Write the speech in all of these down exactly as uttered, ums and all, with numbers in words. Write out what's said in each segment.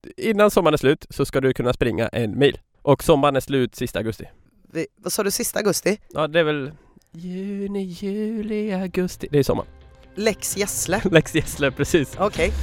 innan sommaren är slut så ska du kunna springa en mil. Och sommaren är slut sista augusti. Vi, vad sa du, sista augusti? Ja, det är väl juni, juli, augusti. Det är sommar. Lex Gässle. Lex Gässle, precis. Okej. Okay.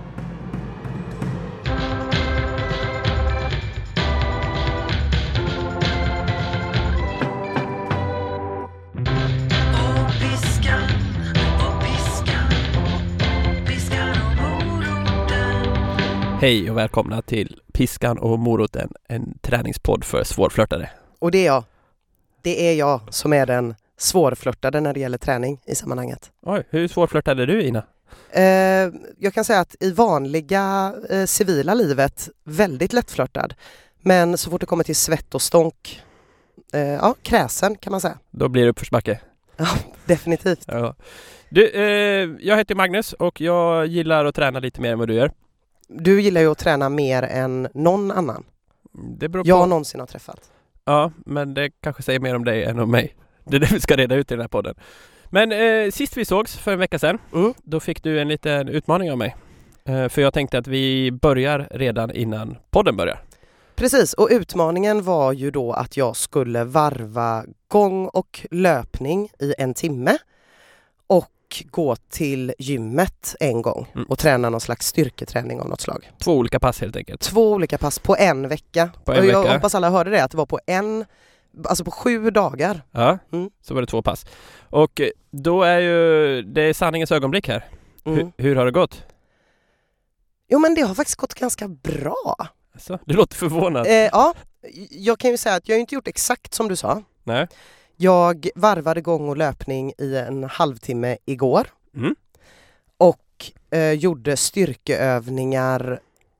Hej och välkomna till Piskan och moroten, en träningspodd för svårflörtade. Och det är jag. Det är jag som är den svårflörtade när det gäller träning i sammanhanget. Oj, hur svårflörtad är du, Ina? Eh, jag kan säga att i vanliga eh, civila livet väldigt lättflörtad. Men så fort det kommer till svett och stånk, eh, ja, kräsen kan man säga. Då blir det uppförsbacke. Ja, definitivt. Ja. Du, eh, jag heter Magnus och jag gillar att träna lite mer än vad du gör. Du gillar ju att träna mer än någon annan. Det beror på. Jag någonsin har träffat. Ja, men det kanske säger mer om dig än om mig. Det är det vi ska reda ut i den här podden. Men eh, sist vi sågs för en vecka sedan, mm. då fick du en liten utmaning av mig. Eh, för jag tänkte att vi börjar redan innan podden börjar. Precis, och utmaningen var ju då att jag skulle varva gång och löpning i en timme. Och gå till gymmet en gång mm. och träna någon slags styrketräning av något slag. Två olika pass helt enkelt. Två olika pass på en vecka. På en och jag vecka. hoppas alla hörde det, att det var på en, alltså på sju dagar. Ja, mm. så var det två pass. Och då är ju det är sanningens ögonblick här. Mm. Hur, hur har det gått? Jo, men det har faktiskt gått ganska bra. Alltså, du låter förvånad. Eh, ja, jag kan ju säga att jag har inte gjort exakt som du sa. Nej. Jag varvade gång och löpning i en halvtimme igår. Mm. Och eh, gjorde styrkeövningar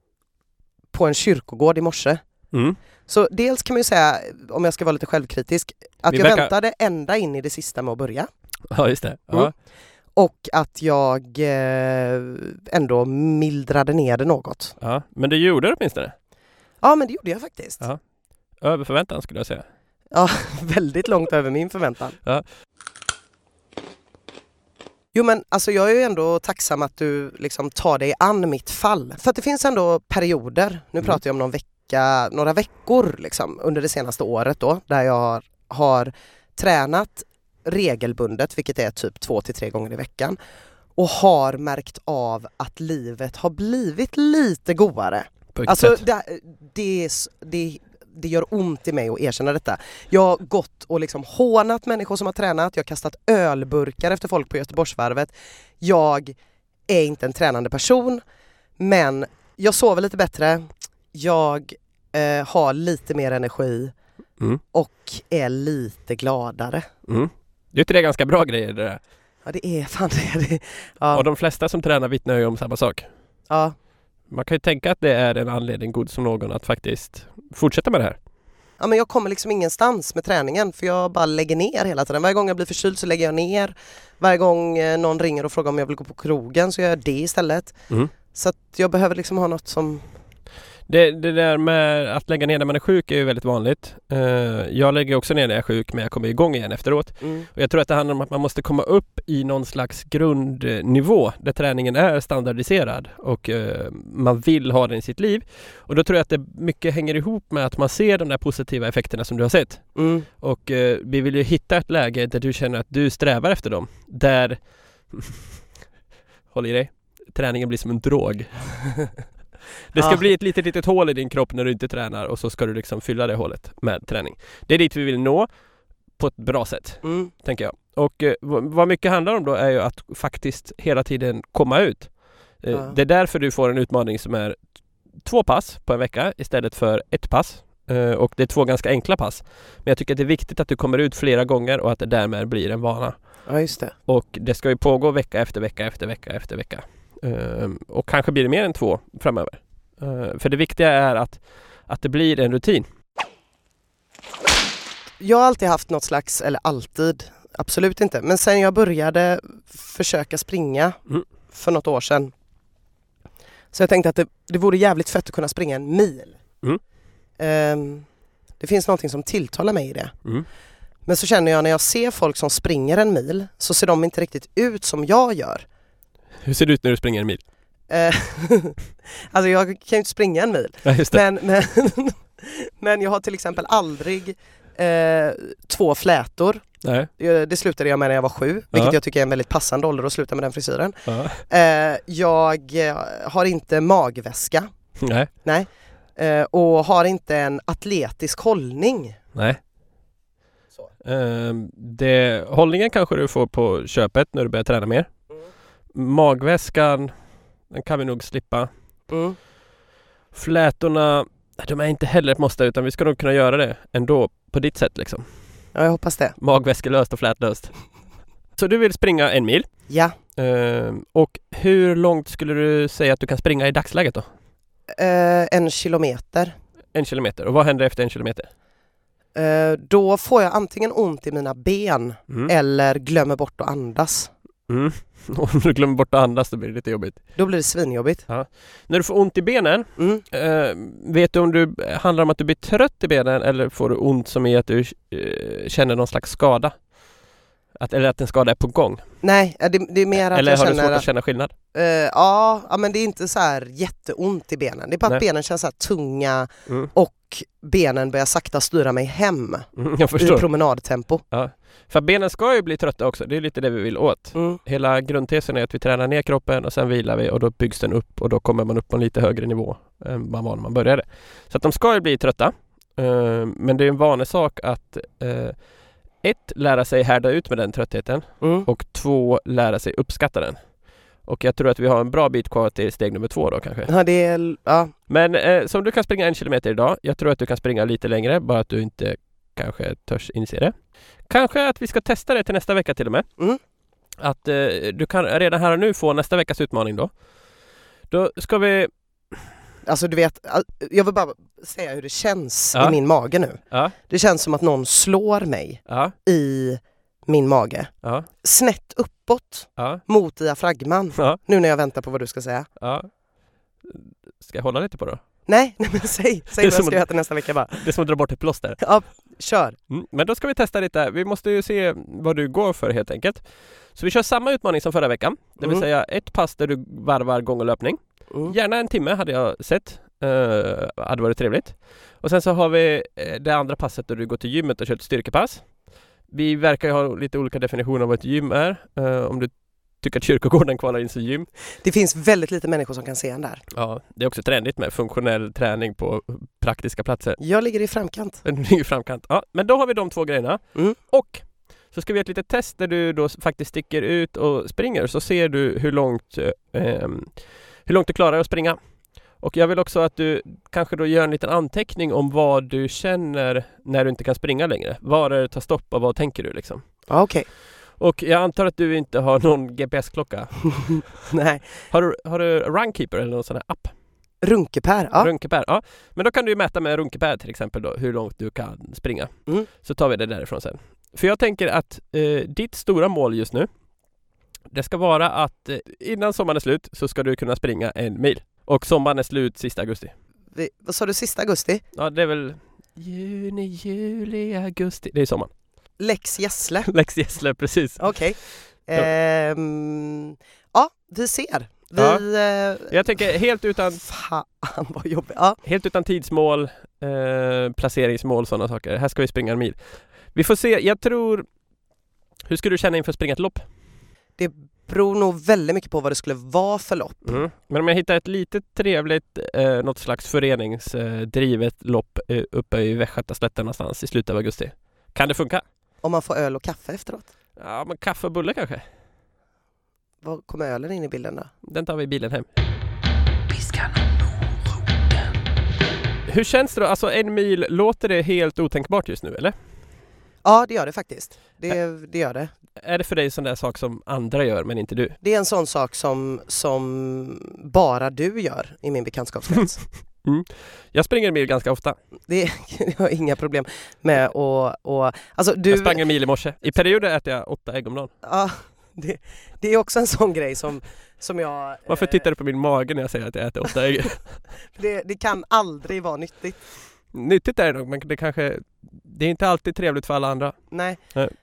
på en kyrkogård i morse. Mm. Så dels kan man ju säga, om jag ska vara lite självkritisk, att Vi jag verkar... väntade ända in i det sista med att börja. Ja, just det. Ja. Mm. Och att jag eh, ändå mildrade ner det något. Ja, men det gjorde det åtminstone. Ja, men det gjorde jag faktiskt. Ja. Över förväntan skulle jag säga. Ja, väldigt långt över min förväntan. Ja. Jo, men alltså jag är ju ändå tacksam att du liksom tar dig an mitt fall. För att det finns ändå perioder, nu mm. pratar jag om någon vecka, några veckor liksom, under det senaste året då, där jag har, har tränat regelbundet, vilket är typ två till tre gånger i veckan. Och har märkt av att livet har blivit lite godare. Alltså det, det, det Det gör ont i mig att erkänna detta. Jag har gått och liksom hånat människor som har tränat. Jag har kastat ölburkar efter folk på Göteborgsvarvet. Jag är inte en tränande person. Men jag sover lite bättre. Jag eh, har lite mer energi. Mm. Och är lite gladare. Mm. Det är inte det ganska bra grejer det där? Ja, det är fan det. Ja. Och de flesta som tränar vittnar ju om samma sak. Ja. Man kan ju tänka att det är en anledning god som någon att faktiskt fortsätta med det här. Ja, men jag kommer liksom ingenstans med träningen för jag bara lägger ner hela tiden. Varje gång jag blir förkyld så lägger jag ner. Varje gång någon ringer och frågar om jag vill gå på krogen så gör jag det istället. Mm. Så att jag behöver liksom ha något som... Det, det där med att lägga ner när man är sjuk är ju väldigt vanligt. Uh, jag lägger också ner när jag är sjuk, men jag kommer igång igen efteråt. Mm. Och jag tror att det handlar om att man måste komma upp i någon slags grundnivå där träningen är standardiserad och uh, man vill ha den i sitt liv. Och då tror jag att det mycket hänger ihop med att man ser de där positiva effekterna som du har sett. Mm. Och uh, vi vill ju hitta ett läge där du känner att du strävar efter dem. Där, håll i dig, träningen blir som en drog. Det ska ja. bli ett litet, litet hål i din kropp när du inte tränar och så ska du liksom fylla det hålet med träning. Det är dit vi vill nå på ett bra sätt, mm. tänker jag. Och eh, vad mycket handlar om då är ju att faktiskt hela tiden komma ut. Eh, ja. Det är därför du får en utmaning som är två pass på en vecka istället för ett pass. Eh, och det är två ganska enkla pass. Men jag tycker att det är viktigt att du kommer ut flera gånger och att det därmed blir en vana. Ja, just det. Och det ska ju pågå vecka efter vecka efter vecka efter vecka. Uh, och kanske blir det mer än två framöver. Uh, för det viktiga är att, att det blir en rutin. Jag har alltid haft något slags, eller alltid, absolut inte. Men sen jag började försöka springa mm. för något år sedan. Så jag tänkte att det, det vore jävligt fett att kunna springa en mil. Mm. Uh, det finns någonting som tilltalar mig i det. Mm. Men så känner jag när jag ser folk som springer en mil så ser de inte riktigt ut som jag gör. Hur ser det ut när du springer en mil? Eh, alltså jag kan ju inte springa en mil. Ja, just det. Men, men, men jag har till exempel aldrig eh, två flätor. Nej. Det slutade jag med när jag var sju, vilket Ja. jag tycker är en väldigt passande ålder att sluta med den frisyren. Ja. Eh, jag har inte magväska. Nej. Nej. Eh, och har inte en atletisk hållning. Nej. Så. Ehm, det, hållningen kanske du får på köpet när du börjar träna mer. Mm. Magväskan, den kan vi nog slippa. Mm. Flätorna, de är inte heller ett måste, utan vi ska nog kunna göra det ändå på ditt sätt liksom. Ja, jag hoppas det. Magväskelöst och flätlöst. Så du vill springa en mil. Ja. Ehm, och hur långt skulle du säga att du kan springa i dagsläget då? Eh, en kilometer. En kilometer. Och vad händer efter en kilometer? Eh, då får jag antingen ont i mina ben Mm. eller glömmer bort att andas. Mm. Om du glömmer bort att andas så blir det lite jobbigt. Då blir det svinjobbigt. När du får ont i benen, Mm. eh, vet du om du handlar om att du blir trött i benen eller får du ont som i att du eh, känner någon slags skada? Att, eller att en skada är på gång? Nej, det, det är mer att eller jag har känner... du svårt att känna skillnad? Eh, ja, ja, men det är inte så här jätteont i benen. Det är bara Nej. att benen känns så här tunga Mm. och benen börjar sakta styra mig hem Mm, jag i förstår. promenadtempo. För benen ska ju bli trötta också. Det är lite det vi vill åt. Mm. Hela grundtesen är att vi tränar ner kroppen och sen vilar vi och då byggs den upp och då kommer man upp på en lite högre nivå än man var när man började. Så att de ska ju bli trötta. Uh, men det är en vanlig sak att uh, ett, lära sig härda ut med den tröttheten Mm. och två, lära sig uppskatta den. Och jag tror att vi har en bra bit kvar till steg nummer två då kanske. Ja, det är... Ja. Men eh, som du kan springa en kilometer idag. Jag tror att du kan springa lite längre, bara att du inte kanske törs inse det. Kanske att vi ska testa det till nästa vecka till och med. Mm. Att eh, du kan redan här och nu få nästa veckas utmaning då. Då ska vi... Alltså du vet, jag vill bara säga hur det känns Ja. i min mage nu. Ja, Det känns som att någon slår mig ja, i min mage. ja, Snett uppåt ja, mot diafragman. ja, Nu när jag väntar på vad du ska säga. ja. Ska jag hålla lite på då? Nej, nej men säg, Det säg är vad jag som ska att- göra till nästa vecka bara. Det är som att dra bort ett plåster. Ja, kör. Mm, men då ska vi testa lite. Vi måste ju se vad du går för helt enkelt. Så vi kör samma utmaning som förra veckan. Det vill Mm. säga ett pass där du varvar gång och löpning. Mm. Gärna en timme hade jag sett. Uh, hade varit trevligt. Och sen så har vi eh, det andra passet där du går till gymmet och kör ett styrkepass. Vi verkar ju ha lite olika definitioner av vad ett gym är. Uh, om du tycker att kyrkogården kvalar in som gym. Det finns väldigt lite människor som kan se en där. Ja, det är också trendigt med funktionell träning på praktiska platser. Jag ligger i framkant. Den ligger i framkant. Ja, men då har vi de två grejerna. Mm. Och så ska vi göra ett litet test där du då faktiskt sticker ut och springer. Så ser du hur långt, eh, hur långt du klarar att springa. Och jag vill också att du kanske då gör en liten anteckning om vad du känner när du inte kan springa längre. Var är det tar stopp och vad tänker du liksom? Ja, okej. Och jag antar att du inte har någon G P S-klocka. Nej. Har du, har du Runkeeper eller någon sån här app? Runkepär, ja. Runkepär, ja. Men då kan du ju mäta med Runkepär till exempel då, hur långt du kan springa. Mm. Så tar vi det därifrån sen. För jag tänker att eh, ditt stora mål just nu, det ska vara att eh, innan sommaren är slut så ska du kunna springa en mil. Och sommaren är slut sista augusti. Vi, vad sa du, sista augusti? Ja, det är väl juni, juli, augusti. Det är sommaren. Lex Gessle. Lex Gessle, precis. Okej. Ehm, ja, vi ser. Vi... Ja. eh, Jag tänker helt utan, Fan vad jobbigt. Ja. helt utan tidsmål, eh, placeringsmål, sådana saker. Här ska vi springa en mil. Vi får se, jag tror... Hur ska du känna inför att springa ett lopp? Det beror nog väldigt mycket på vad det skulle vara för lopp. Mm. Men om jag hittar ett litet trevligt, eh, något slags föreningsdrivet eh, lopp eh, uppe i Västgötaslätten någonstans i slutet av augusti. Kan det funka? Om man får öl och kaffe efteråt. Ja, men kaffe och bulle kanske. Vad kommer ölen in i bilden då? Den tar vi i bilen hem. Piskan och moroten. Hur känns det då? Alltså en mil, låter det helt otänkbart just nu, eller? Ja, det gör det faktiskt. Det, det gör det. Är det för dig sån där sak som andra gör men inte du? Det är en sån sak som, som bara du gör i min bekantskapskrets. Jag springer en mil ganska ofta. Det är, jag har inga problem med att... Och, alltså du, Jag sprang en mil i morse. I perioder äter jag åtta ägg om dagen. ja, det, det är också en sån grej som, som jag... Varför eh, tittar du på min mage när jag säger att jag äter åtta ägg? det, det kan aldrig vara nyttigt. Nyttigt är det nog, men det kanske... Det är inte alltid trevligt för alla andra. Nej. Nej.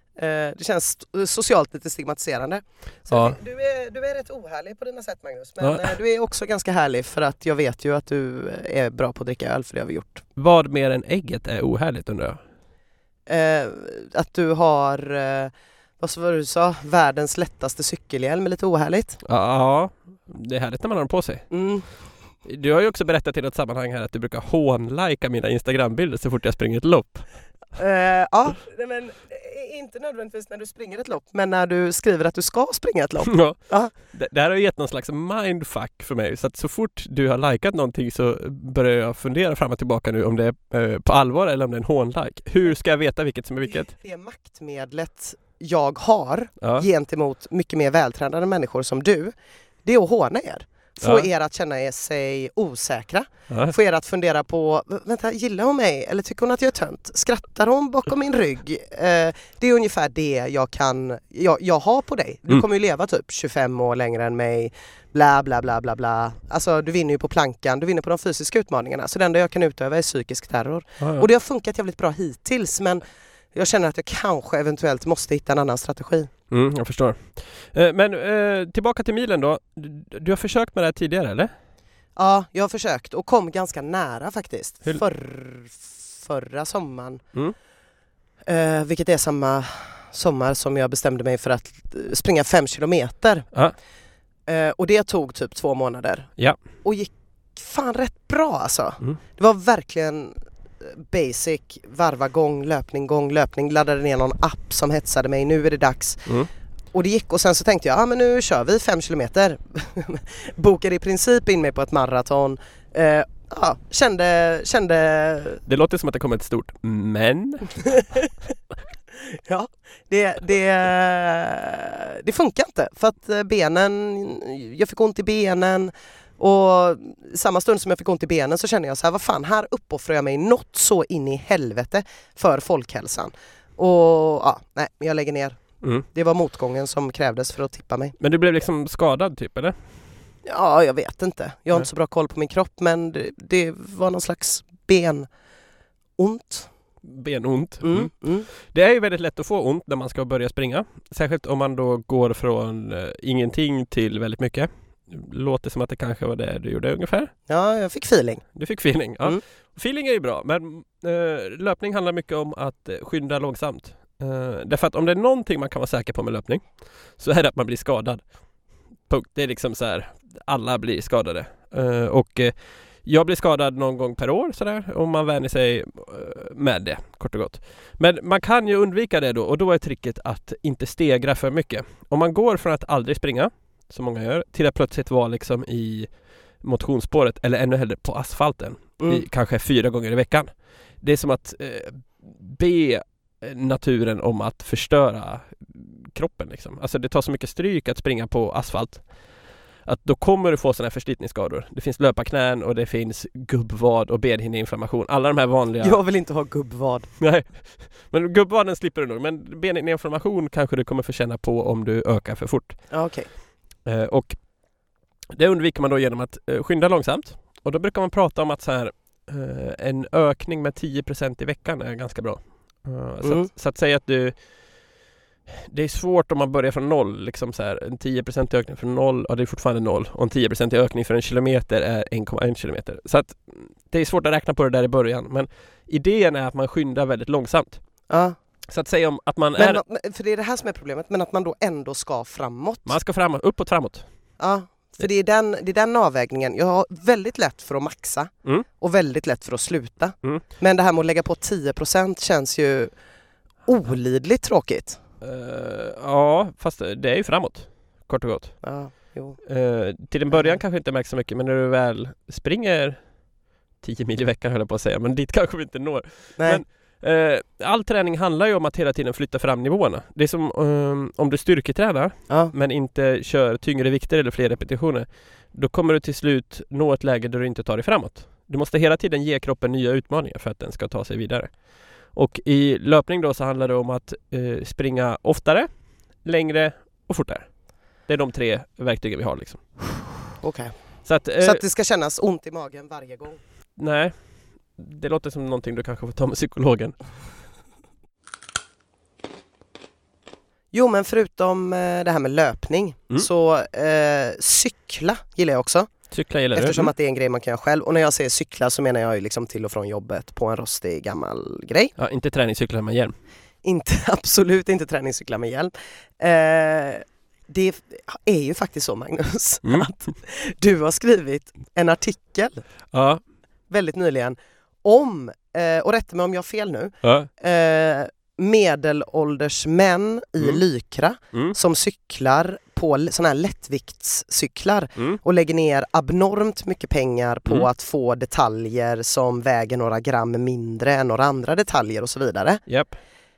Eh, det känns st- socialt lite stigmatiserande. Så Ja. du, är, du är rätt ohärlig på dina sätt, Magnus. Men Ja. eh, du är också ganska härlig för att jag vet ju att du är bra på att dricka öl, för det har vi gjort. Vad mer än ägget är ohärligt undrar jag? Eh, att du har, eh, vad var det du sa, världens lättaste cykelhjälm är lite ohärligt. Ja, det är härligt när man har den på sig. Mm. Du har ju också berättat i något sammanhang här att du brukar hånlajka mina Instagram-bilder så fort jag springer ett lopp. Eh, ja, nej, men eh, inte nödvändigtvis när du springer ett lopp, men när du skriver att du ska springa ett lopp. Ja. Ja. Det, det här har gett någon slags mindfuck för mig. Så att så fort du har likat någonting så börjar jag fundera fram och tillbaka nu om det är eh, på allvar eller om det är en hånlike. Hur ska jag veta vilket som är vilket? Det maktmedlet jag har Ja. gentemot mycket mer vältränade människor som du, det är att håna er. Få Ja. er att känna er sig osäkra. Ja. Få er att fundera på, vänta, gillar hon mig? Eller tycker hon att jag är tönt? Skrattar hon bakom min rygg? Eh, det är ungefär det jag kan, jag, jag har på dig. Du Mm. kommer ju leva typ tjugofem år längre än mig. Bla bla bla bla bla. Alltså du vinner ju på plankan, du vinner på de fysiska utmaningarna. Så det enda jag kan utöva är psykisk terror. Ja, ja. Och det har funkat jävligt bra hittills, men jag känner att jag kanske eventuellt måste hitta en annan strategi. Mm, jag förstår. Eh, men eh, tillbaka till milen då. Du, du har försökt med det här tidigare eller? Ja, jag har försökt och kom ganska nära faktiskt. Hur- Förr, förra sommaren. Mm. Eh, vilket är samma sommar som jag bestämde mig för att eh, springa fem kilometer. Ja. Eh, och det tog typ två månader. Ja. Och gick fan rätt bra alltså. Mm. Det var verkligen basic, varva gång, löpning, gång, löpning. Laddade ner någon app som hetsade mig. Nu är det dags. Mm. Och det gick och sen så tänkte jag, ja ah, men nu kör vi fem kilometer. Bokade i princip in mig på ett maraton. Eh, ja, kände, kände... Det låter som att det kommer ett stort men. Ja, det, det, det funkar inte för att benen, jag fick ont i benen och samma stund som jag fick ont i benen så kände jag så här, vad fan, här uppoffrar jag mig något så in i helvete för folkhälsan. Och ja, nej, jag lägger ner. Mm. Det var motgången som krävdes för att tippa mig. Men du blev liksom skadad typ eller? Ja, jag vet inte. Jag har Nej. inte så bra koll på min kropp, men det, det var någon slags benont. Benont. Mm, Mm. mm. Det är ju väldigt lätt att få ont när man ska börja springa. Särskilt om man då går från eh, ingenting till väldigt mycket. Låter som att det kanske var det du gjorde ungefär. Ja, jag fick feeling. Du fick feeling. Ja. Mm. Feeling är ju bra, men eh, löpning handlar mycket om att eh, skynda långsamt. Eh, därför att om det är någonting man kan vara säker på med löpning så är det att man blir skadad. Punkt. Det är liksom så här, alla blir skadade. Eh, och eh, jag blir skadad någon gång per år sådär, om man vänjer sig eh, med det, kort och gott. Men man kan ju undvika det då, och då är tricket att inte stegra för mycket. Om man går från att aldrig springa, som många gör, till att plötsligt vara liksom i motionsspåret eller ännu hellre på asfalten Mm. i, kanske fyra gånger i veckan. Det är som att eh, be naturen om att förstöra kroppen liksom. Alltså det tar så mycket stryk att springa på asfalt att då kommer du få sådana här förslitningsskador. Det finns löparknän och det finns gubbvad och benhinneinflammation. Alla de här vanliga... Jag vill inte ha gubbvad. Nej, men gubbvaden slipper du nog. Men benhinneinflammation kanske du kommer få känna på om du ökar för fort. Ja, okej. Eh, och det undviker man då genom att eh, skynda långsamt. Och då brukar man prata om att så här, eh, en ökning med tio procent i veckan är ganska bra. Uh, så, Mm. att, så att säga att du... Det är svårt om man börjar från noll. Liksom så här, en tio procent ökning från noll, ja det är fortfarande noll. Och en tio procent ökning för en kilometer är en komma en kilometer. Så att det är svårt att räkna på det där i början. Men idén är att man skyndar väldigt långsamt. Ja. Så att säga om att man Men, är... ma- för det är det här som är problemet, men att man då ändå ska framåt. Man ska framåt, uppåt framåt. Ja, för det är, den, det är den avvägningen. Jag har väldigt lätt för att maxa Mm. och väldigt lätt för att sluta. Mm. Men det här med att lägga på tio procent känns ju olidligt tråkigt. Uh, ja, fast det är ju framåt. Kort och gott. Ja, jo. Uh, till en början kanske inte märks så mycket, men när du väl springer tio mil i veckan höll jag på att säga, men dit kanske vi inte når. Nej. Men uh, all träning handlar ju om att hela tiden flytta fram nivåerna. Det är som um, om du styrketränar Ja. men inte kör tyngre vikter eller fler repetitioner. Då kommer du till slut nå ett läge där du inte tar dig framåt. Du måste hela tiden ge kroppen nya utmaningar för att den ska ta sig vidare. Och i löpning då så handlar det om att eh, springa oftare, längre och fortare. Det är de tre verktygen vi har liksom. Okej. Så att, eh, Så att det ska kännas ont i magen varje gång. nej, det låter som någonting du kanske får ta med psykologen. Jo, men förutom eh, det här med löpning Mm. så eh, cykla gillar jag också. Cykla gillar Eftersom du? att det är en grej man kan göra själv. Och när jag säger cykla så menar jag ju liksom till och från jobbet på en rostig gammal grej. Ja, inte träningscyklar med hjälm. Inte, absolut inte träningscykla med hjälp. Eh, det är ju faktiskt så, Magnus, Mm. att du har skrivit en artikel Ja. väldigt nyligen om, eh, och rätta mig om jag har fel nu, Ja. eh, medelålders män i Mm. Lykra Mm. som cyklar på sådana här lättviktscyklar Mm. och lägger ner abnormt mycket pengar på Mm. att få detaljer som väger några gram mindre än några andra detaljer och så vidare. Japp.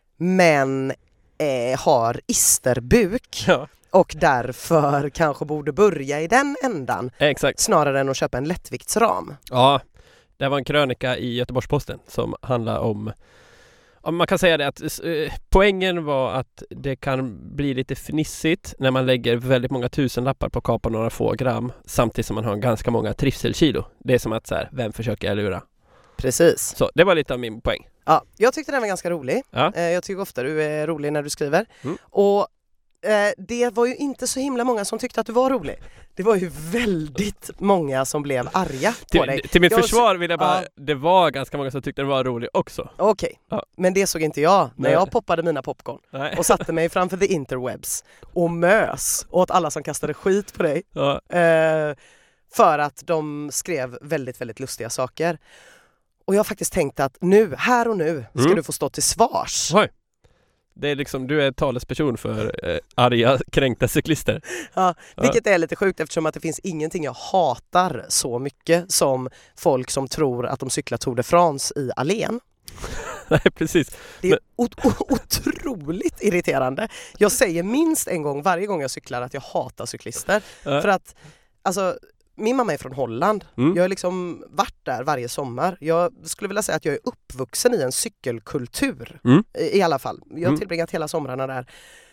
Men eh, har isterbuk Ja. och därför kanske borde börja i den ändan Exakt. snarare än att köpa en lättviktsram. Ja. Det var en krönika i Göteborgs-Posten som handlar om, om man kan säga det att eh, poängen var att det kan bli lite fnissigt när man lägger väldigt många tusen lappar på att kapa några få gram samtidigt som man har ganska många trivselkilo. Det är som att så här, vem försöker jag lura? Precis. Så det var lite av min poäng. Ja, jag tyckte den var ganska rolig. Ja. Eh, jag tycker ofta du är rolig när du skriver. Mm. Och eh, det var ju inte så himla många som tyckte att du var rolig. Det var ju väldigt många som blev arga på dig. Till, till mitt Jag- försvar vill jag bara, Ja. det var ganska många som tyckte den var rolig också. Okej, Ja. men det såg inte jag när Nej. jag poppade mina popcorn Nej. och satte mig framför the interwebs och mös åt alla som kastade skit på dig. Ja. Eh, för att de skrev väldigt, väldigt lustiga saker. Och jag har faktiskt tänkt att nu, här och nu, ska Mm. du få stå till svars. Oj. Det är liksom, du är talesperson för eh, arga, kränkta cyklister. Ja, Ja. vilket är lite sjukt eftersom att det finns ingenting jag hatar så mycket som folk som tror att de cyklar Tour de France i Allén. Nej, precis. Det är o- o- otroligt irriterande. Jag säger minst en gång varje gång jag cyklar att jag hatar cyklister. Ja. För att, alltså, min mamma är från Holland. Mm. Jag har liksom varit där varje sommar. Jag skulle vilja säga att jag är uppvuxen i en cykelkultur. Mm. I, i alla fall. Jag har Mm. tillbringat hela somrarna där.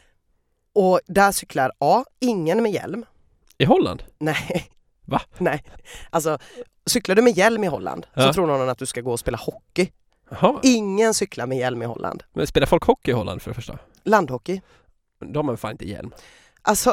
Och där cyklar A, ingen med hjälm. I Holland? Nej. Va? Nej. Alltså, cyklar du med hjälm i Holland så Ja. tror någon att du ska gå och spela hockey. Jaha. Ingen cyklar med hjälm i Holland. Men spelar folk hockey i Holland för det första? Landhockey. De har fan inte hjälm. Alltså,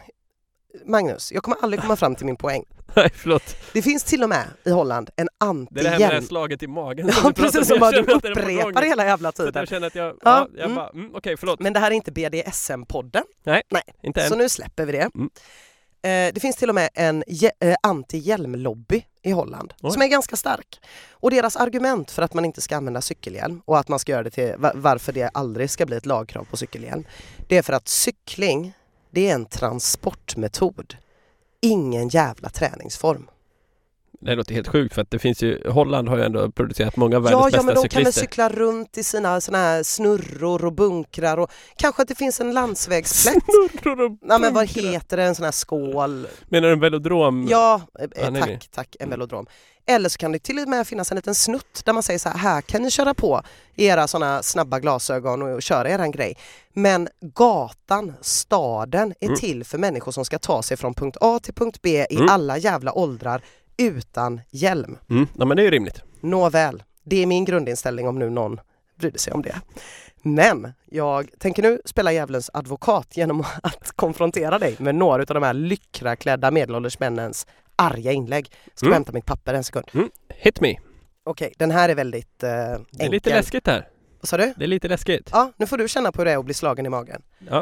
Magnus, jag kommer aldrig komma fram till min poäng. Nej, förlåt. Det finns till och med i Holland en Det är det här med det här anti-hjälm. slaget i magen. Ja, du pratar precis om. som Jag bara du känner att det är på upprepar gång. hela jävla Så att tiden. jag känner att jag, Ja, ja, jag mm. bara, mm, okej, förlåt. Men det här är inte B D S M-podden, Inte än. så nu släpper vi det. Mm. Eh, det finns till och med en je- eh, anti-hjälmlobby i Holland Oj. som är ganska stark. Och deras argument för att man inte ska använda cykelhjälm och att man ska göra det till va- varför det aldrig ska bli ett lagkrav på cykelhjälm, det är för att cykling, det är en transportmetod. Ingen jävla träningsform. Det låter helt sjukt för att det finns ju, Holland har ju ändå producerat många av världens Ja, ja, bästa men de kan väl cyklister. cykla runt i sina såna här snurror och bunkrar och kanske att det finns en landsvägsplätt. Snurror och Nej, men vad bunkrar. heter det? En sån här skål? Menar du en velodrom? Ja, eh, Ja, nej, tack, nej. tack, en velodrom. Eller så kan det till och med finnas en liten snutt där man säger så här, här kan ni köra på era såna snabba glasögon och köra eran grej. Men gatan, staden är Mm. till för människor som ska ta sig från punkt A till punkt B i Mm. alla jävla åldrar utan hjälm. Mm, ja, men det är ju rimligt. Nåväl, det är min grundinställning om nu någon brydde sig om det. Men jag tänker nu spela djävulens advokat genom att konfrontera dig med några av de här lyckraklädda medelålders männens arga inlägg. Ska Mm. bara hämta mitt papper en sekund. Mm. Hit me. Okej, den här är väldigt eh, enkel. Det är lite läskigt det här. Vad sa du? Det är lite läskigt. Ja, nu får du känna på hur det är att bli slagen i magen. Ja.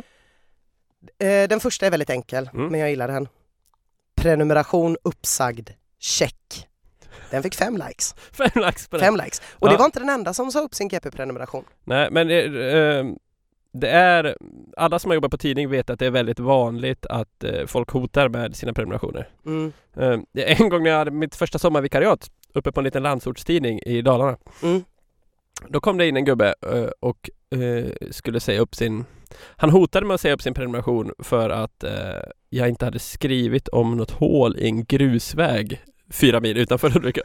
Eh, den första är väldigt enkel, Mm. men jag gillar den. Prenumeration uppsagd. Check. Den fick fem likes. Fem lax på det. Fem likes. Och Ja. det var inte den enda som sa upp sin G P-prenumeration. Nej, men det, eh, det är, alla som har jobbat på tidning vet att det är väldigt vanligt att eh, folk hotar med sina prenumerationer. Mm. Eh, en gång när jag hade mitt första sommarvikariat uppe på en liten landsortstidning i Dalarna, Mm. då kom det in en gubbe eh, och eh, skulle säga upp sin, han hotade med att säga upp sin prenumeration för att eh, jag inte hade skrivit om något hål i en grusväg fyra mil utanför Ludvika.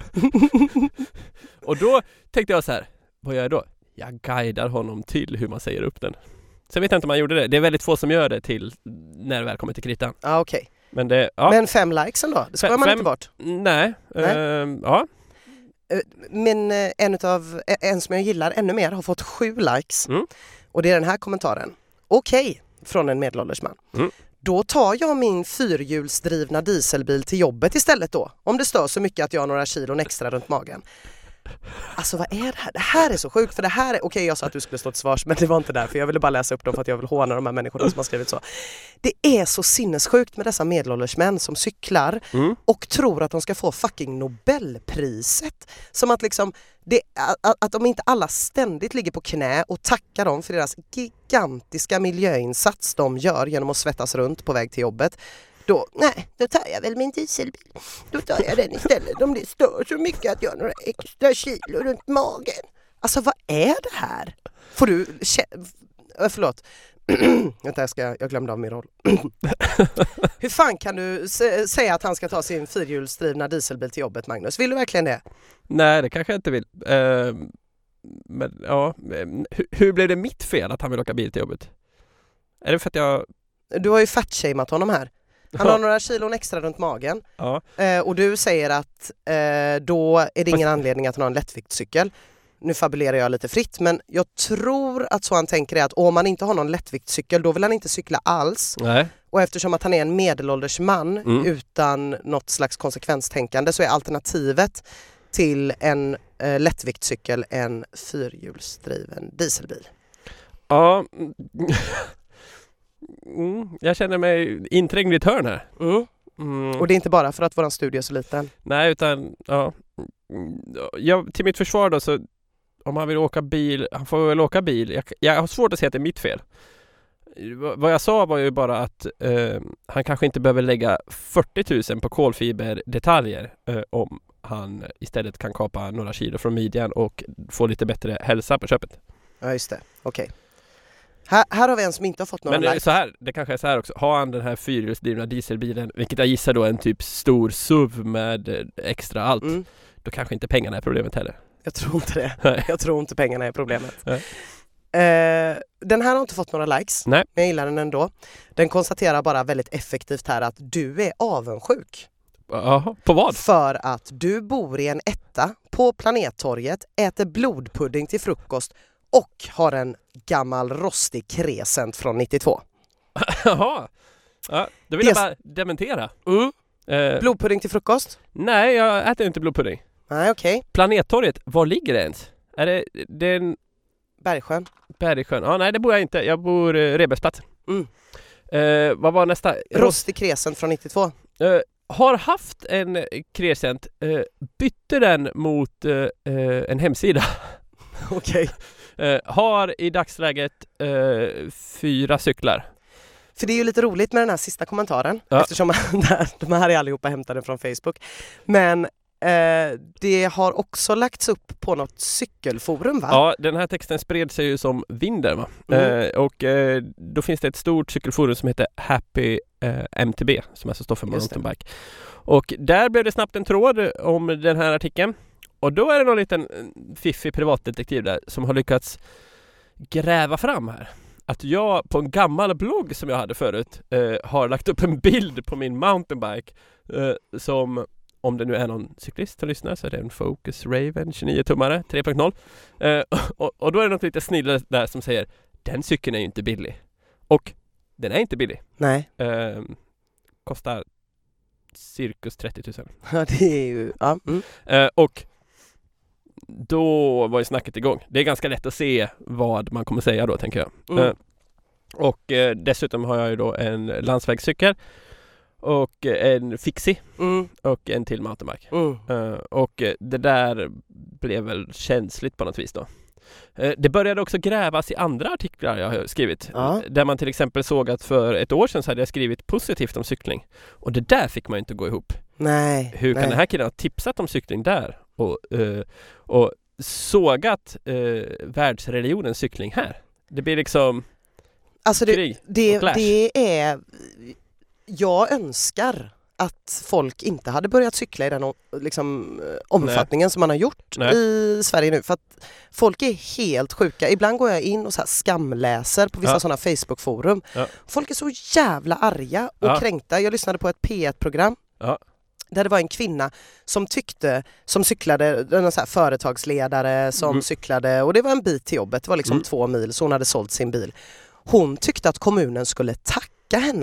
Och då tänkte jag så här, vad gör jag då? Jag guidar honom till hur man säger upp den. Sen vet jag inte om han gjorde det. Det är väldigt få som gör det till när det väl kommer till kritan. Ja, okej. Men det, ja. Men fem likes ändå, det ska Fem- man fem- inte bort. Nej. Nej. Ehm, ja. Eh, Men eh, en, utav, eh, en som jag gillar ännu mer har fått sju likes. Mm. Och det är den här kommentaren. Okej, från en medelålders man. Mm. Då tar jag min fyrhjulsdrivna dieselbil till jobbet istället då. Om det stör så mycket att jag har några kilon extra runt magen. Alltså vad är det här? Det här är så sjukt, för det här är... Okej, okay, jag sa att du skulle stå till svars, men det var inte därför. Jag ville bara läsa upp dem för att jag vill håna de här människorna som har skrivit så. Det är så sinnessjukt med dessa medelålders män som cyklar Mm. och tror att de ska få fucking Nobelpriset. Som att liksom... Det, att, att de inte alla ständigt ligger på knä och tackar dem för deras gigantiska miljöinsats de gör genom att svettas runt på väg till jobbet. Då, nej, då tar jag väl min dieselbil. Då tar jag den istället. Om det stör så mycket att jag har några extra kilo runt magen. Alltså vad är det här? Får du... Kä- förlåt. Vänta, jag, ska, jag glömde av min roll. Hur fan kan du s- säga att han ska ta sin fyrhjulsdrivna dieselbil till jobbet, Magnus? Vill du verkligen det? Nej, det kanske jag inte vill. Uh, men ja, hur, hur blev det mitt fel att han vill åka bil till jobbet? Är det för att jag... Du har ju fatshameat honom här. Han Ja. har några kilon extra runt magen. Ja. Eh, och du säger att eh, då är det ingen Fast- anledning att han har en lättviktscykel. Nu fabulerar jag lite fritt, men jag tror att så han tänker är att om man inte har någon lättviktscykel, då vill han inte cykla alls. Nej. Och eftersom att han är en medelålders man Mm. utan något slags konsekvenstänkande, så är alternativet till en eh, lättviktscykel en fyrhjulsdriven dieselbil. Ja. Mm, jag känner mig inträngd i ett hörn här. Mm. Mm. Och det är inte bara för att våran studio är så liten. Nej, utan ja. Mm, jag, till mitt försvar då, så om han vill åka bil, han får väl åka bil. Jag, jag har svårt att säga att det är mitt fel. V- vad jag sa var ju bara att eh, han kanske inte behöver lägga fyrtio tusen på kolfiberdetaljer eh, om han istället kan kapa några kilo från midjan och få lite bättre hälsa på köpet. Ja, just det. Okej. Okay. Här, här har vi en som inte har fått några Men eh, likes. så här, det kanske är så här också. Har han den här fyrhjulsdrivna dieselbilen, vilket jag gissar då är en typ stor S U V med eh, extra allt, Mm. då kanske inte pengarna är problemet heller. Jag tror inte det. Nej. Jag tror inte pengarna är problemet. Nej. Eh, den här har inte fått några likes. Nej. Men jag gillar den ändå. Den konstaterar bara väldigt effektivt här att du är avundsjuk. Jaha, på vad? För att du bor i en etta på Planettorget, äter blodpudding till frukost och har en gammal rostig Crescent från nittiotvå. Jaha. Ja, då vill Det- jag bara dementera. Mm. Eh, Blodpudding till frukost? nej, jag äter inte blodpudding. Nej, okej. Planettorget, var ligger det ens? Är det, det är en Bergsjön. Bergsjön? Ja, nej, det bor jag inte. Jag bor eh, Rebäcksplatsen. Mm. Eh, vad var nästa? Rostig Crescent från nittiotvå. Eh, har haft en Crescent, eh, bytte den mot eh, eh, en hemsida. Okej. Eh, har i dagsläget eh, fyra cyklar. För det är ju lite roligt med den här sista kommentaren. Ja. Eftersom de här är allihopa hämtade från Facebook. Men eh, det har också lagts upp på något cykelforum, va? Ja, den här texten spred sig ju som vinden, va? Mm. Eh, och eh, då finns det ett stort cykelforum som heter Happy eh, M T B, som alltså står för Just det. mountainbike. Och där blev det snabbt en tråd om den här artikeln. Och då är det någon liten fiffig privatdetektiv där som har lyckats gräva fram här att jag på en gammal blogg som jag hade förut eh, har lagt upp en bild på min mountainbike eh, som, om det nu är någon cyklist som lyssnar, så är det en Focus Raven tjugonio tummare tre punkt noll. Eh, och, och då är det något lite snille där som säger, den cykeln är ju inte billig. Och den är inte billig. Nej. Eh, kostar cirkus trettio tusen. Ja, det är ju... Ja. Mm. Eh, och då var ju snacket igång. Det är ganska lätt att se vad man kommer säga då, tänker jag. Mm. Eh, och eh, dessutom har jag ju då en landsvägscykel och en fixie Mm. och en till mountainbike. Mm. Eh, och eh, det där blev väl känsligt på något vis då. Eh, det började också grävas i andra artiklar jag har skrivit. Ja. Där man till exempel såg att för ett år sedan så hade jag skrivit positivt om cykling. Och det där fick man inte gå ihop. Nej. Hur kan nej. den här killen ha tipsat om cykling där och, uh, och sågat uh, världsreligionens cykling här? Det blir liksom Alltså det, krig det, och clash. det är... Jag önskar att folk inte hade börjat cykla i den o- liksom, eh, omfattningen som man har gjort Nej. i Sverige nu. För att folk är helt sjuka. Ibland går jag in och så här skamläser på vissa Ja. sådana Facebook-forum. Ja. Folk är så jävla arga och Ja. kränkta. Jag lyssnade på ett P ett-program. Ja. Där det var en kvinna som tyckte, som cyklade, en så här företagsledare som Mm. cyklade, och det var en bit till jobbet, det var liksom Mm. två mil, så hon hade sålt sin bil. hon tyckte att kommunen skulle tacka henne.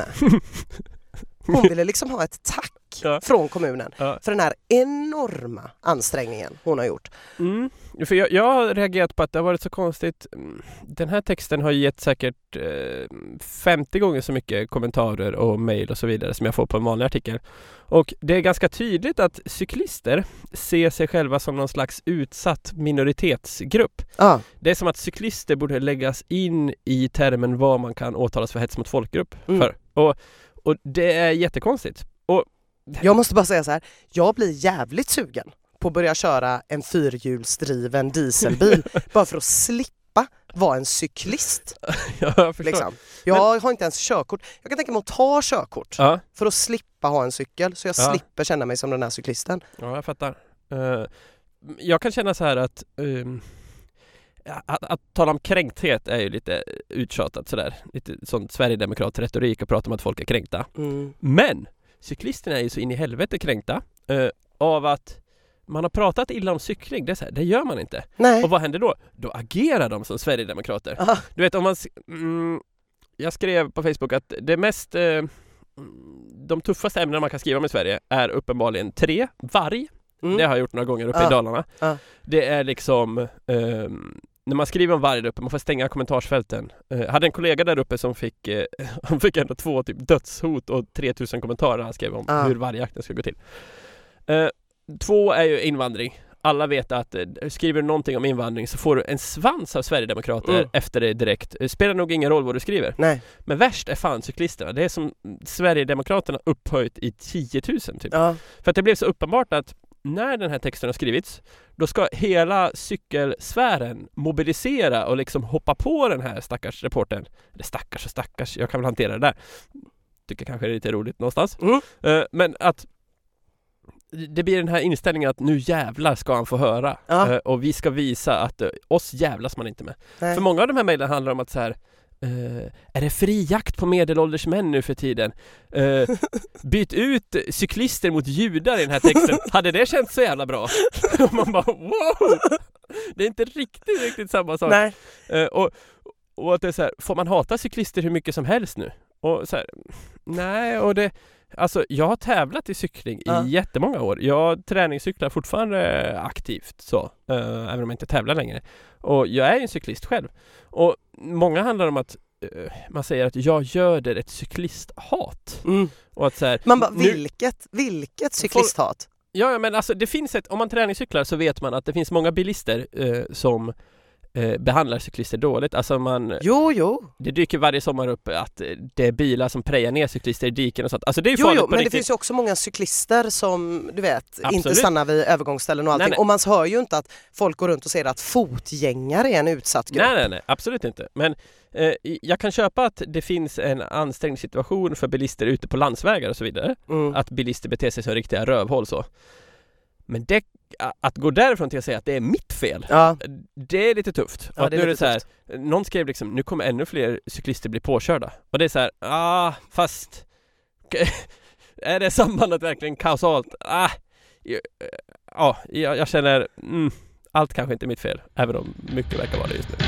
Hon ville liksom ha ett tack ja. från kommunen ja. för den här enorma ansträngningen hon har gjort. Mm. För jag, jag har reagerat på att det har varit så konstigt. Den här texten har gett säkert eh, femtio gånger så mycket kommentarer och mejl och så vidare som jag får på en vanlig artikel. Och det är ganska tydligt att cyklister ser sig själva som någon slags utsatt minoritetsgrupp. Ja. Det är som att cyklister borde läggas in i termen vad man kan åtalas för hets mot folkgrupp mm. för. Och Och det är jättekonstigt. Och jag måste bara säga så här, jag blir jävligt sugen på att börja köra en fyrhjulsdriven dieselbil bara för att slippa vara en cyklist. Ja, jag förstår. Liksom. Jag Men... har inte ens körkort. Jag kan tänka mig att ta körkort ja. för att slippa ha en cykel så jag ja. slipper känna mig som den här cyklisten. Ja, jag fattar. Uh, jag kan känna så här att um... Att, att tala om kränkthet är ju lite uttjatat sådär. Lite sån Sverigedemokrat-retorik och prata om att folk är kränkta. Mm. Men cyklisterna är ju så in i helvete kränkta eh, av att man har pratat illa om cykling. Det är så här, det gör man inte. Nej. Och vad händer då? Då agerar de som Sverigedemokrater. Aha. Du vet, om man... Mm, jag skrev på Facebook att det mest... Eh, de tuffaste ämnen man kan skriva om i Sverige är uppenbarligen tre. Varg. Mm. Det har jag gjort några gånger uppe ah. i Dalarna. Ah. Det är liksom... Eh, när man skriver om varg där uppe, man får stänga kommentarsfälten. Jag uh, hade en kollega där uppe som fick uh, han fick ändå två typ dödshot och tre tusen kommentarer han skrev om ah. hur vargjakten ska gå till. Uh, två är ju invandring. Alla vet att uh, skriver du någonting om invandring så får du en svans av Sverigedemokrater mm. efter det direkt. Uh, spelar nog ingen roll vad du skriver. Nej. Men värst är fan cyklisterna. Det är som Sverigedemokraterna upphöjt i tio tusen typ. Ja. För att det blev så uppenbart att när den här texten har skrivits, då ska hela cykelsfären mobilisera och liksom hoppa på den här stackars reportern. Eller stackars och stackars, jag kan väl hantera det där. Tycker kanske det är lite roligt någonstans. Mm. Uh, men att det blir den här inställningen att nu jävlar ska han få höra. Ja. Uh, och vi ska visa att uh, oss jävlas man inte med. Nej. För många av de här mejlen handlar om att så här, Uh, är det fri jakt på medelålders män nu för tiden? Uh, byt ut cyklister mot judar i den här texten. Hade det känts så jävla bra? Och man bara, wow! Det är inte riktigt, riktigt samma sak. Nej. Uh, och, och att det är så här, får man hata cyklister hur mycket som helst nu? Och så här, nej, och det... Alltså, jag har tävlat i cykling ja. i jättemånga år. Jag träningscyklar fortfarande aktivt så, uh, även om jag inte tävlar längre. Och jag är en cyklist själv. Och många handlar om att uh, man säger att jag göder ett cyklisthat. Mm. Och att så här, man bara, nu, vilket, vilket cyklisthat? Ja, men alltså det finns ett, om man träningscyklar så vet man att det finns många bilister uh, som Eh, behandlar cyklister dåligt. Alltså man... Jo, jo. Det dyker varje sommar upp att det är bilar som prejar ner cyklister i diken och sånt. Alltså det är ju jo, farligt jo, på men riktigt. det finns ju också många cyklister som, du vet, Absolut. inte stannar vid övergångsställen och allting. Nej, nej. Och man hör ju inte att folk går runt och säger att fotgängare är en utsatt grupp. Nej, nej, nej. Absolut inte. Men eh, jag kan köpa att det finns en ansträngd situation för bilister ute på landsvägar och så vidare. Mm. Att bilister beter sig som riktiga rövhål så. Men det, att gå därifrån till att säga att det är mitt fel, ja. det är lite tufft. Ja, att det är nu är lite det så här, någon skrev liksom, nu kommer ännu fler cyklister bli påkörda. Och det är så här, ah, fast är det sambandet verkligen kausalt? Ah, ja, jag, jag känner, mm, allt kanske inte är mitt fel, även om mycket verkar vara det just nu.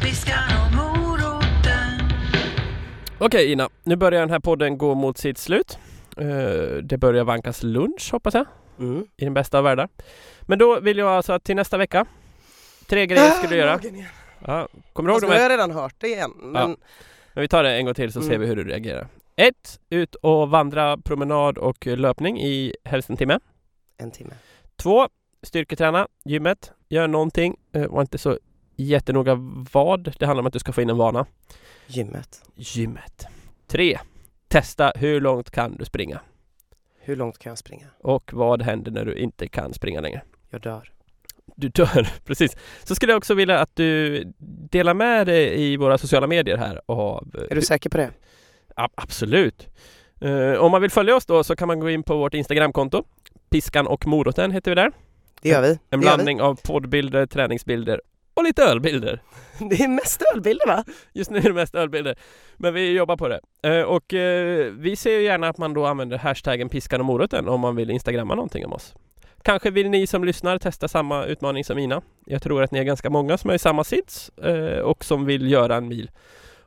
Okej Ina, nu börjar den här podden gå mot sitt slut. Uh, det börjar vankas lunch, hoppas jag. Mm. I den bästa av världar. Men då vill jag alltså att till nästa vecka tre grejer ska du göra. Ja, kommer du ihåg alltså, de här? Jag har redan hört det igen. Men... Ja. Men vi tar det en gång till så mm. ser vi hur du reagerar. Ett, ut och vandra, promenad och löpning i helst en timme. En timme. Två, styrketräna, gymmet. Gör någonting. Var inte så jättenoga vad. Det handlar om att du ska få in en vana. Gymmet. Gymmet. Tre, testa hur långt kan du springa. Hur långt kan jag springa? Och vad händer när du inte kan springa längre? Jag dör. Du dör, precis. Så skulle jag också vilja att du delar med dig i våra sociala medier här. Av, är du säker på det? Ja, absolut. Uh, om man vill följa oss då så kan man gå in på vårt Instagramkonto. Piskan och moroten heter vi där. Det gör vi. En det blandning av poddbilder, träningsbilder och lite ölbilder. Det är mest ölbilder va? Just nu är det mest ölbilder. Men vi jobbar på det. Uh, och uh, vi ser ju gärna att man då använder hashtaggen piskan och moroten om man vill instagramma någonting om oss. Kanske vill ni som lyssnar testa samma utmaning som Ina. Jag tror att ni är ganska många som är i samma sits uh, och som vill göra en mil.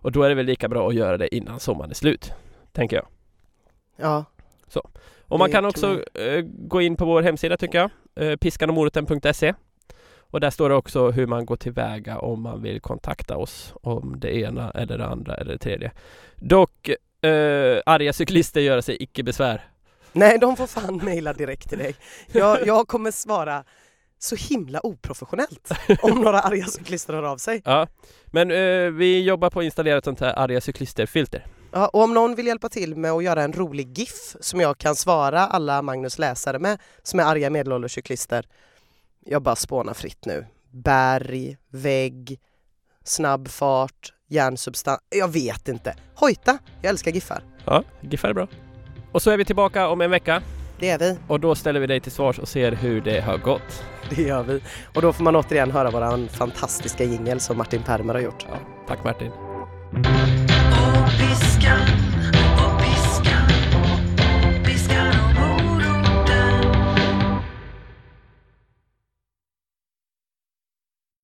Och då är det väl lika bra att göra det innan sommaren är slut, tänker jag. Ja. Så. Och man kan också eh, gå in på vår hemsida tycker jag, eh, piskanomoroten punkt se. Och där står det också hur man går tillväga om man vill kontakta oss om det ena eller det andra eller det tredje. Dock, eh, arga cyklister gör sig icke besvär. Nej, de får fan mejla direkt till dig. Jag, jag kommer svara så himla oprofessionellt om några arga cyklister hör av sig. Ja, men eh, vi jobbar på att installera ett sånt här arga cyklister-filter. Ja, och om någon vill hjälpa till med att göra en rolig GIF som jag kan svara alla Magnus läsare med, som är arga medelålders cyklister. Jag bara spånar fritt nu. Berg, vägg, snabb fart, järnsubstans. Jag vet inte. Hojta, jag älskar giffar. Ja, giffar är bra. Och så är vi tillbaka om en vecka. Det är vi. Och då ställer vi dig till svars och ser hur det har gått. Det gör vi. Och då får man återigen höra våran fantastiska jingle som Martin Permer har gjort. Ja, tack Martin. Och piskan